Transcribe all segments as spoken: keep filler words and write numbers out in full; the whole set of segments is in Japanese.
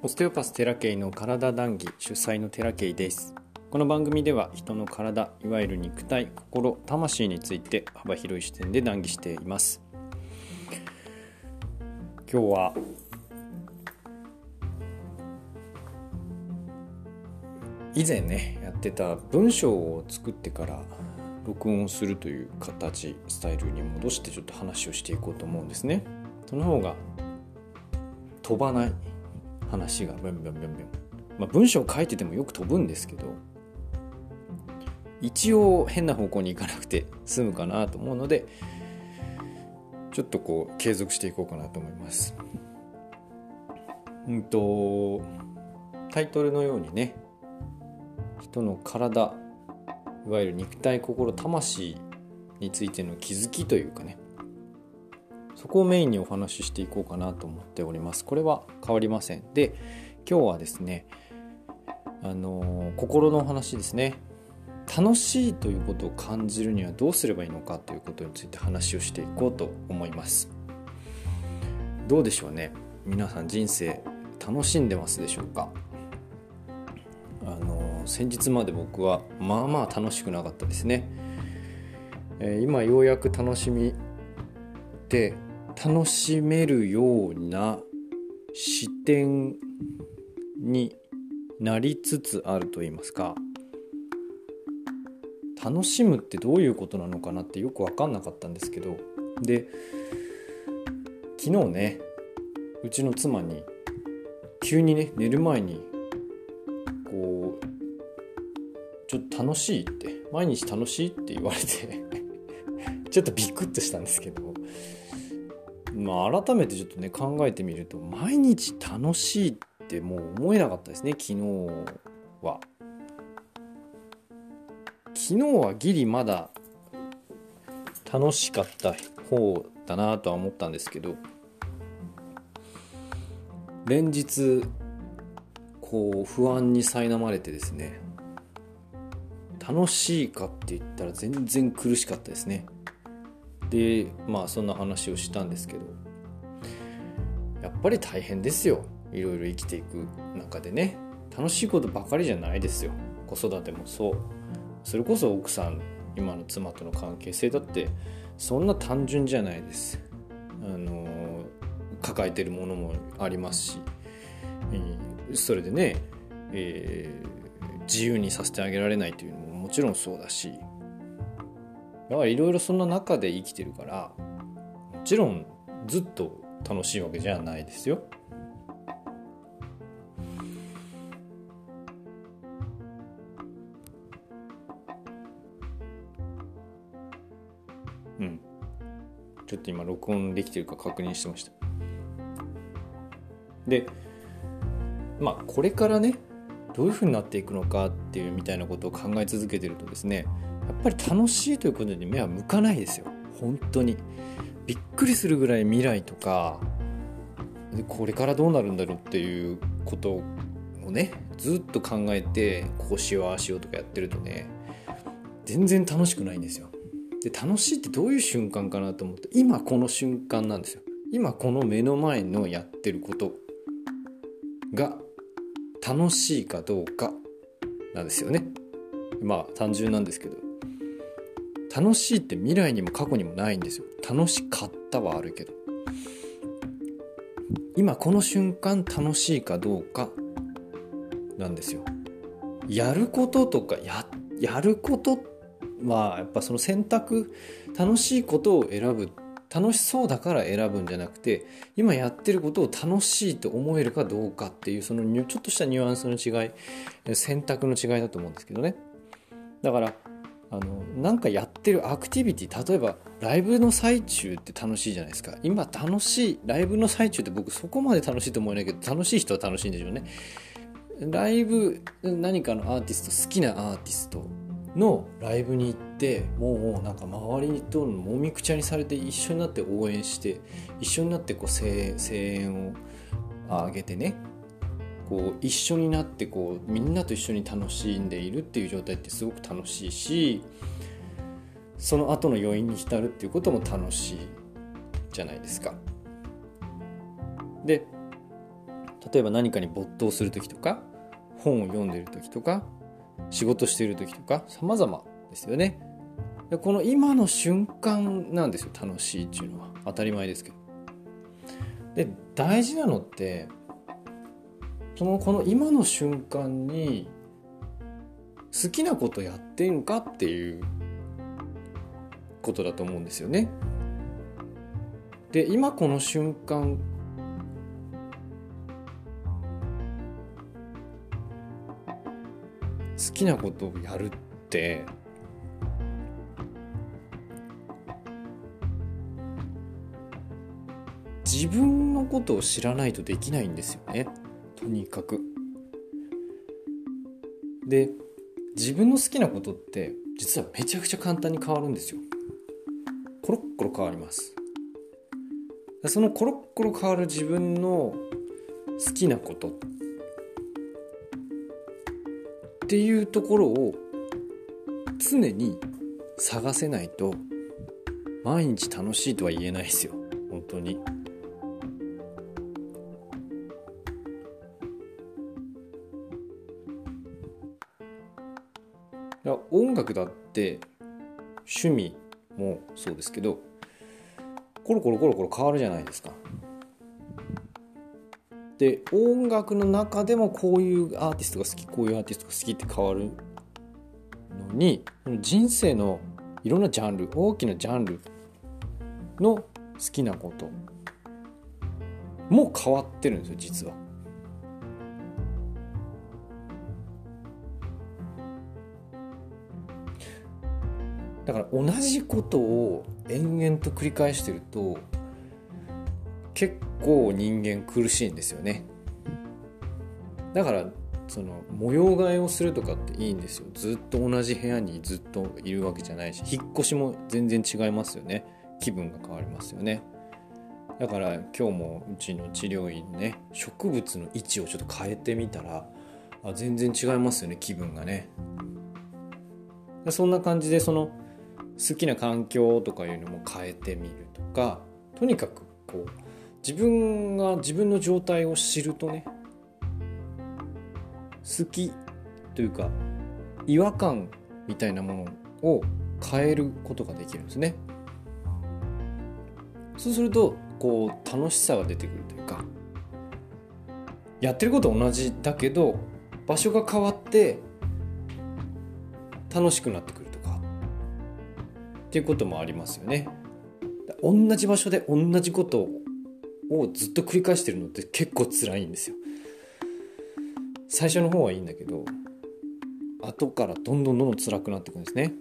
オステオパステラケイの体談義主催のテラケイです。この番組では人の体、いわゆる肉体、心、魂について幅広い視点で談義しています。今日は以前ねやってた文章を作ってから録音をするという形スタイルに戻してちょっと話をしていこうと思うんですね。その方が飛ばない話がブンブンブンブン、まあ、文章を書いててもよく飛ぶんですけど、一応変な方向に行かなくて済むかなと思うので、ちょっとこう継続していこうかなと思います。うんとタイトルのようにね、人の体、いわゆる肉体、心、魂についての気づきというかね、そこをメインにお話ししていこうかなと思っております。これは変わりません。で、今日はですね、あのー、心の話ですね。楽しいということを感じるにはどうすればいいのかということについて話をしていこうと思います。どうでしょうね。皆さん人生楽しんでますでしょうか。あのー、先日まで僕はまあまあ楽しくなかったですね。えー、今ようやく楽しみで楽しめるような視点になりつつあると言いますか、楽しむってどういうことなのかなってよく分かんなかったんですけど、で昨日ね、うちの妻に急にね寝る前にこうちょっと楽しいって毎日楽しいって言われてちょっとビクッとしたんですけど、まあ、改めてちょっとね考えてみると、毎日楽しいってもう思えなかったですね。昨日は昨日はギリまだ楽しかった方だなとは思ったんですけど、連日こう不安に苛まれてですね、楽しいかって言ったら全然苦しかったですね。でまあそんな話をしたんですけど、やっぱり大変ですよ。いろいろ生きていく中でね、楽しいことばかりじゃないですよ。子育てもそう、それこそ奥さん、今の妻との関係性だってそんな単純じゃないです。あの抱えてるものもありますし、それでね、えー、自由にさせてあげられないというのももちろんそうだし、だからいろいろそんな中で生きてるから、もちろんずっと楽しいわけじゃないですよ。うんちょっと今録音できてるか確認してました。でまあこれからねどういう風になっていくのかっていうみたいなことを考え続けてるとですね、やっぱり楽しいということに目は向かないですよ。本当にびっくりするぐらい未来とかでこれからどうなるんだろうっていうことをねずっと考えて、こうしようああしようとかやってるとね、全然楽しくないんですよ。で楽しいってどういう瞬間かなと思って、今この瞬間なんですよ。今この目の前のやってることが楽しいかどうかなんですよね。まあ単純なんですけど、楽しいって未来にも過去にもないんですよ。楽しかったはあるけど、今この瞬間楽しいかどうかなんですよ。やることとか や, やることはやっぱその選択、楽しいことを選ぶ、楽しそうだから選ぶんじゃなくて、今やってることを楽しいと思えるかどうかっていう、そのちょっとしたニュアンスの違い、選択の違いだと思うんですけどね。だからあのなんかやってるアクティビティ、例えばライブの最中って楽しいじゃないですか。今楽しいライブの最中って、僕そこまで楽しいと思えないけど、楽しい人は楽しいんでしょうね。ライブ、何かのアーティスト、好きなアーティストのライブに行って、もうなんか周りともみくちゃにされて一緒になって応援して、一緒になってこう 声, 声援を上げてね、こう一緒になってこうみんなと一緒に楽しんでいるっていう状態ってすごく楽しいし、その後の余韻に浸るっていうことも楽しいじゃないですか。で例えば何かに没頭する時とか、本を読んでいる時とか、仕事している時とか、様々ですよね。でこの今の瞬間なんですよ、楽しいっていうのは。当たり前ですけど。で大事なのってそのこの今の瞬間に好きなことやってんかっていうことだと思うんですよね。で今この瞬間好きなことをやるって自分のことを知らないとできないんですよね、とにかく。で自分の好きなことって実はめちゃくちゃ簡単に変わるんですよ。コロッコロ変わります。そのコロッコロ変わる自分の好きなことっていうところを常に探せないと毎日楽しいとは言えないですよ、本当に。音楽だって趣味もそうですけどコロコロコロコロ変わるじゃないですか。で音楽の中でもこういうアーティストが好き、こういうアーティストが好きって変わるのに、人生のいろんなジャンル、大きなジャンルの好きなことも変わってるんですよ、実は。だから同じことを延々と繰り返してると結構人間苦しいんですよね。だからその模様替えをするとかっていいんですよ。ずっと同じ部屋にずっといるわけじゃないし、引っ越しも全然違いますよね。気分が変わりますよね。だから今日もうちの治療院ね、植物の位置をちょっと変えてみたらあ全然違いますよね、気分がね。そんな感じでその好きな環境とかいうのも変えてみるとか、とにかくこう自分が自分の状態を知るとね、好きというか違和感みたいなものを変えることができるんですね。そうするとこう楽しさが出てくるというか、やってることは同じだけど場所が変わって楽しくなってくるとかっていうこともありますよね。同じ場所で同じことをずっと繰り返してるのって結構辛いんですよ。最初の方はいいんだけど後からどんどんどんどん辛くなってくるんですね。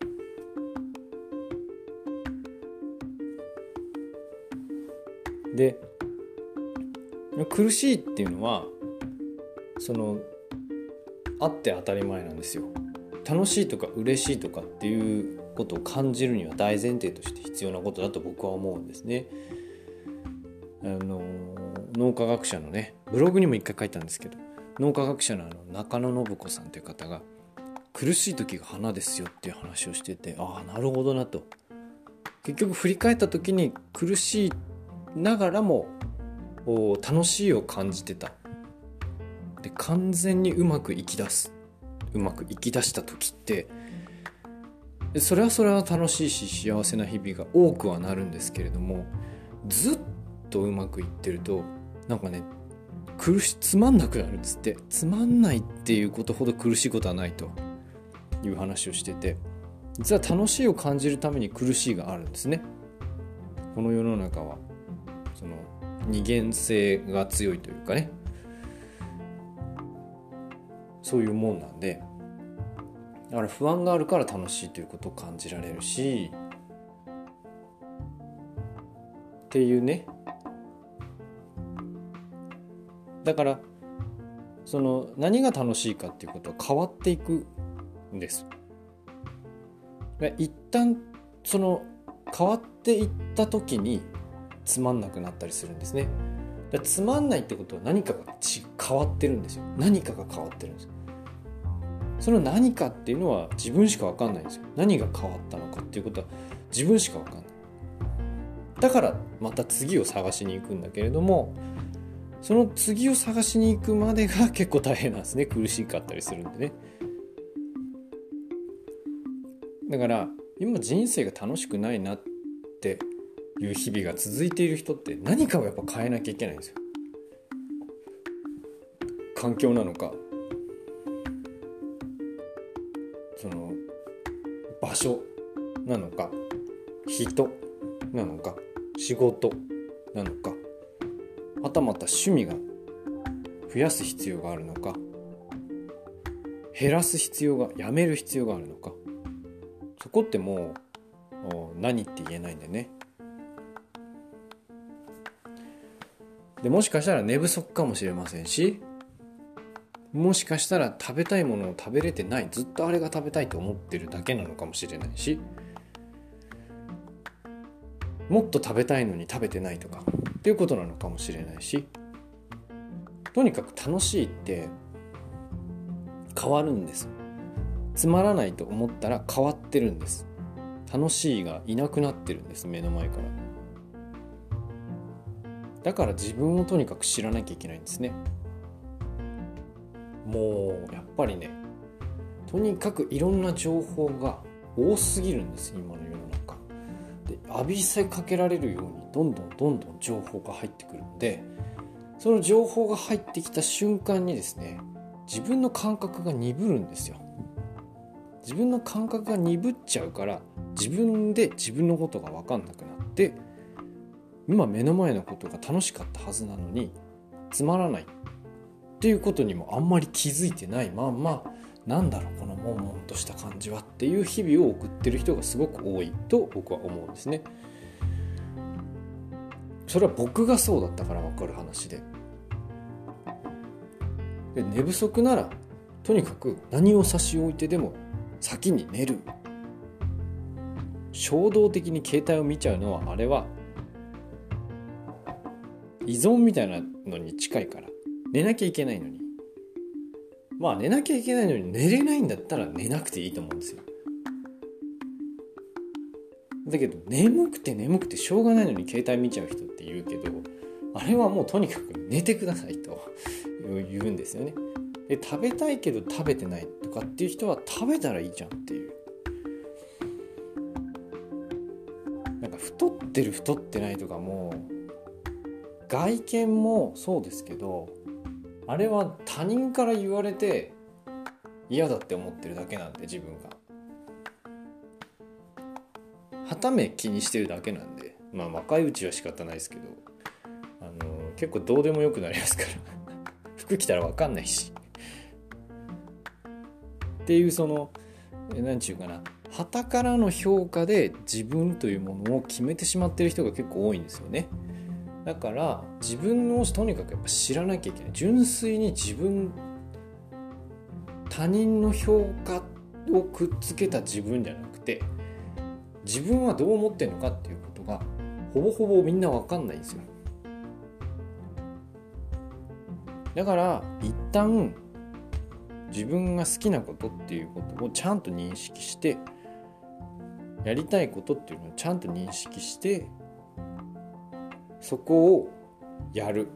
で苦しいっていうのはそのあって当たり前なんですよ。楽しいとか嬉しいとかっていうことを感じるには大前提として必要なことだと僕は思うんですね。あの脳科学者のねブログにも一回書いたんですけど、脳科学者のあの中野信子さんという方が苦しい時が花ですよっていう話をしてて、ああなるほどなと。結局振り返った時に苦しいながらも楽しいを感じてた。で完全にうまくいき出すうまくいき出した時ってそれはそれは楽しいし幸せな日々が多くはなるんですけれども、ずっとうまくいってるとなんかね苦しつまんなくなるんですって。つまんないっていうことほど苦しいことはないという話をしてて、実は楽しいを感じるために苦しいがあるんですね。この世の中はその二元性が強いというかね、そういうもんなんで、だから不安があるから楽しいということを感じられるしっていうね。だからその何が楽しいかっていうことは変わっていくんです。一旦その変わっていった時につまんなくなったりするんですね。だつまんないってことは何かがち変わってるんですよ。何かが変わってるんですよ。その何かっていうのは自分しか分かんないんですよ。何が変わったのかっていうことは自分しか分かんない。だからまた次を探しに行くんだけれども、 その次を探しに行くまでが結構大変なんですね。苦しかったりするんでね。だから今人生が楽しくないなっていう日々が続いている人って何かをやっぱ変えなきゃいけないんですよ。環境なのか、その場所なのか、人なのか、仕事なのか、はたまた趣味が増やす必要があるのか、減らす必要が、やめる必要があるのか、そこってもう何って言えないんでね。でもしかしたら寝不足かもしれませんし、もしかしたら食べたいものを食べれてない、ずっとあれが食べたいと思ってるだけなのかもしれないし、もっと食べたいのに食べてないとかっていうことなのかもしれないし、とにかく楽しいって変わるんです。つまらないと思ったら変わってるんです。楽しいがいなくなってるんです、目の前から。だから自分をとにかく知らなきゃいけないんですね。もうやっぱりね、とにかくいろんな情報が多すぎるんです、今の世の中で。浴びせかけられるようにどんどんどんどん情報が入ってくるので、その情報が入ってきた瞬間にですね、自分の感覚が鈍るんですよ。自分の感覚が鈍っちゃうから、自分で自分のことが分かんなくなって、今目の前のことが楽しかったはずなのにつまらないっていうことにもあんまり気づいてないまんま、なんだろうこの悶々とした感じはっていう日々を送ってる人がすごく多いと僕は思うんですね。それは僕がそうだったから分かる話で、で寝不足ならとにかく何を差し置いてでも先に寝る。衝動的に携帯を見ちゃうのは、あれは依存みたいなのに近いから。寝なきゃいけないのに、まあ寝なきゃいけないのに寝れないんだったら寝なくていいと思うんですよ。だけど眠くて眠くてしょうがないのに携帯見ちゃう人って言うけど、あれはもうとにかく寝てくださいと言うんですよね。で食べたいけど食べてないとかっていう人は食べたらいいじゃんっていう。なんか太ってる太ってないとかも外見もそうですけど、あれは他人から言われて嫌だって思ってるだけなんで、自分が傍目気にしてるだけなんで、まあ若いうちは仕方ないですけど、あの結構どうでもよくなりますから服着たら分かんないしっていう、その何ちゅうかな、傍からの評価で自分というものを決めてしまってる人が結構多いんですよね。だから自分をとにかくやっぱ知らなきゃいけない。純粋に自分、他人の評価をくっつけた自分じゃなくて、自分はどう思ってるのかっていうことがほぼほぼみんな分かんないんですよ。だから一旦自分が好きなことっていうことをちゃんと認識して、やりたいことっていうのをちゃんと認識して、そこをやる。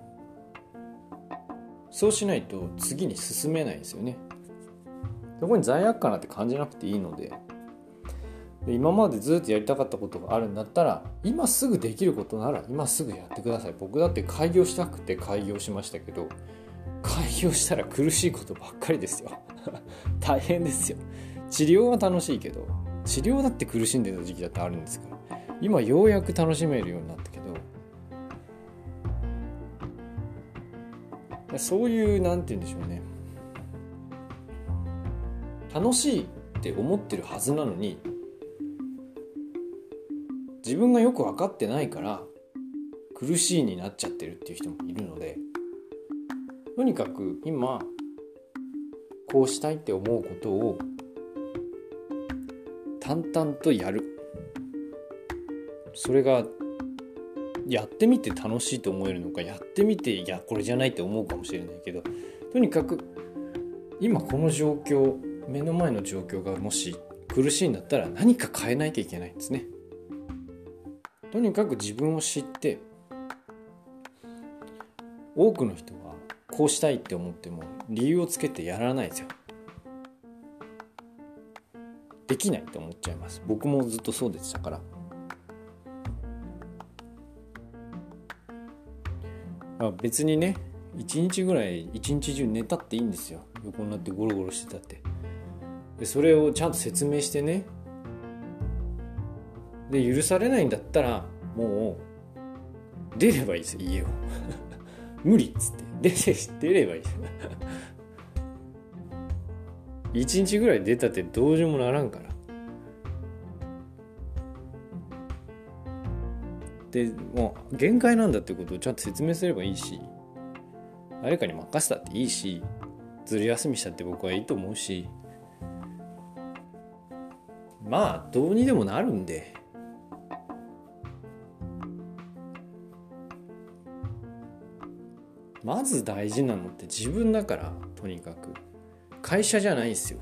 そうしないと次に進めないんですよね。そこに罪悪感なんて感じなくていいので、で今までずっとやりたかったことがあるんだったら、今すぐできることなら今すぐやってください。僕だって開業したくて開業しましたけど、開業したら苦しいことばっかりですよ大変ですよ。治療は楽しいけど、治療だって苦しんでた時期だってあるんですから、今ようやく楽しめるようになったけど、そういうなんて言うんでしょうね、楽しいって思ってるはずなのに自分がよく分かってないから苦しいになっちゃってるっていう人もいるので、とにかく今こうしたいって思うことを淡々とやる。それがやってみて楽しいと思えるのか、やってみていやこれじゃないって思うかもしれないけど、とにかく今この状況、目の前の状況がもし苦しいんだったら何か変えなきゃいけないんですね。とにかく自分を知って、 多くの人はこうしたいって思っても理由をつけてやらないんですよ。できないと思っちゃいます。僕もずっとそうでしたから。あ、別にね一日ぐらい一日中寝たっていいんですよ。横になってゴロゴロしてたって。でそれをちゃんと説明してね、で許されないんだったらもう出ればいいですよ、家を無理っつって出て出ればいいです一日ぐらい出たってどうにもならんから。でもう限界なんだってことをちゃんと説明すればいいし、誰かに任せたっていいし、ずる休みしたって僕はいいと思うし、まあどうにでもなるんで、まず大事なのって自分だから。とにかく会社じゃないんですよ。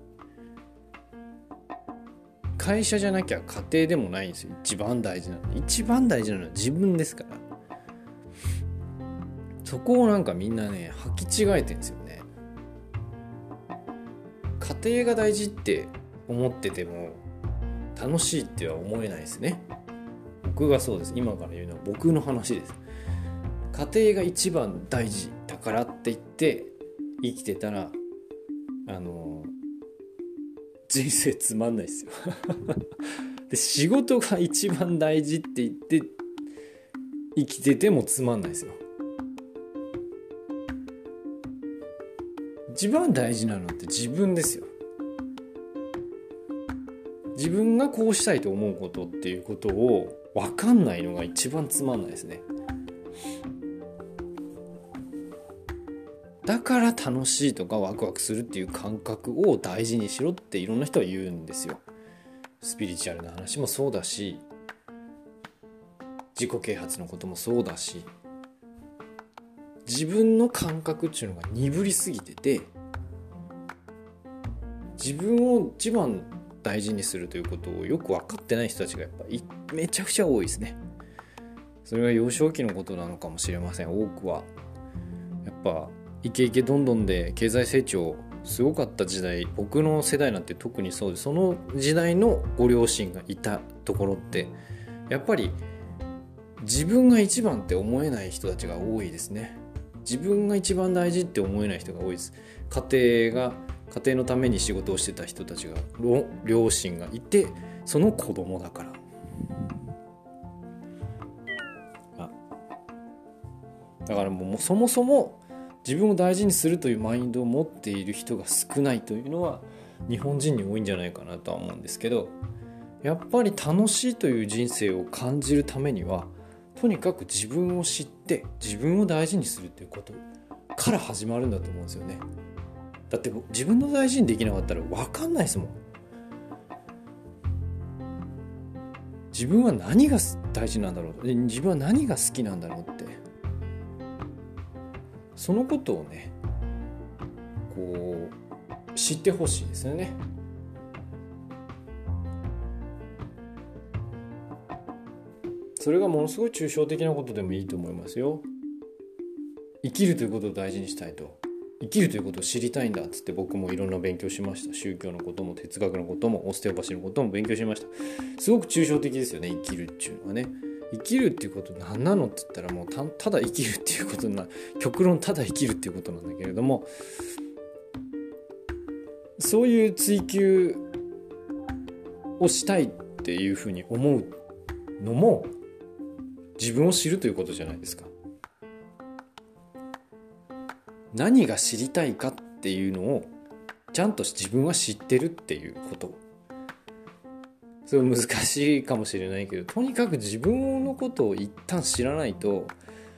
会社じゃなきゃ家庭でもないんですよ。一番大事なの一番大事なのは自分ですから。そこをなんかみんなね履き違えてるんですよね。家庭が大事って思ってても楽しいっては思えないですね。僕がそうです。今から言うのは僕の話です。家庭が一番大事だからって言って生きてたらあの人生つまんないですよで仕事が一番大事って言って生きててもつまんないですよ。一番大事なのって自分ですよ。自分がこうしたいと思うことっていうことを分かんないのが一番つまんないですね。だから楽しいとかワクワクするっていう感覚を大事にしろっていろんな人は言うんですよ。スピリチュアルな話もそうだし、自己啓発のこともそうだし、自分の感覚っていうのが鈍りすぎてて、自分を一番大事にするということをよく分かってない人たちがやっぱめちゃくちゃ多いですね。それが幼少期のことなのかもしれません。多くはやっぱイケイケどんどんで経済成長すごかった時代、僕の世代なんて特にそうで、その時代のご両親がいたところってやっぱり自分が一番って思えない人たちが多いですね。自分が一番大事って思えない人が多いです。家庭が家庭のために仕事をしてた人たちが両親がいて、その子供だから。あだからもうそもそも自分を大事にするというマインドを持っている人が少ないというのは日本人に多いんじゃないかなとは思うんですけど、やっぱり楽しいという人生を感じるためにはとにかく自分を知って自分を大事にするということから始まるんだと思うんですよね。だって自分の大事にできなかったら分かんないですもん。自分は何が大事なんだろう、自分は何が好きなんだろうって、そのことをねこう知ってほしいですよね。それがものすごい抽象的なことでもいいと思いますよ。生きるということを大事にしたいと、生きるということを知りたいんだっつって僕もいろんな勉強しました。宗教のことも哲学のこともオステオパシーのことも勉強しました。すごく抽象的ですよね、生きるっていうのはね。生きるっていうこと何なのって言ったらもう た, ただ生きるっていうことな、極論ただ生きるっていうことなんだけれども、そういう追求をしたいっていうふうに思うのも自分を知るということじゃないですか。何が知りたいかっていうのをちゃんと自分は知ってるっていうこと。それ難しいかもしれないけど、とにかく自分のことを一旦知らないと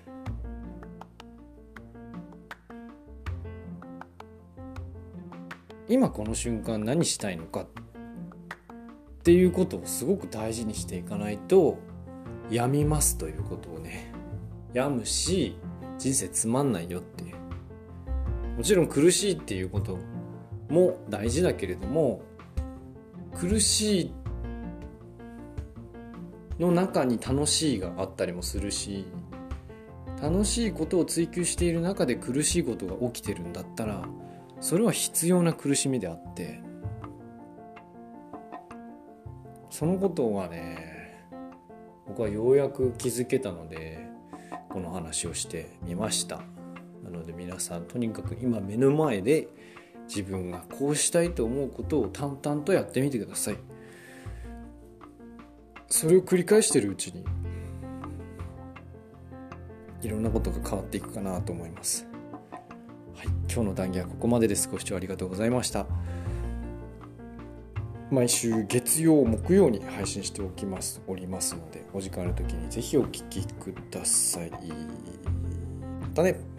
今この瞬間何したいのかっていうことをすごく大事にしていかないと病みますということをね、病むし人生つまんないよっていう。もちろん苦しいっていうことも大事だけれども、苦しいの中に楽しいがあったりもするし、 楽しいことを追求している中で苦しいことが起きてるんだったら、それは必要な苦しみであって、そのことはね、僕はようやく気づけたのでこの話をしてみました。なので皆さん、とにかく今目の前で自分がこうしたいと思うことを淡々とやってみてください。それを繰り返しているうちにいろんなことが変わっていくかなと思います。はい、今日の談義はここまでです。ご視聴ありがとうございました。毎週月曜木曜に配信しておきますおりますので、お時間ある時にぜひお聞きください。またね。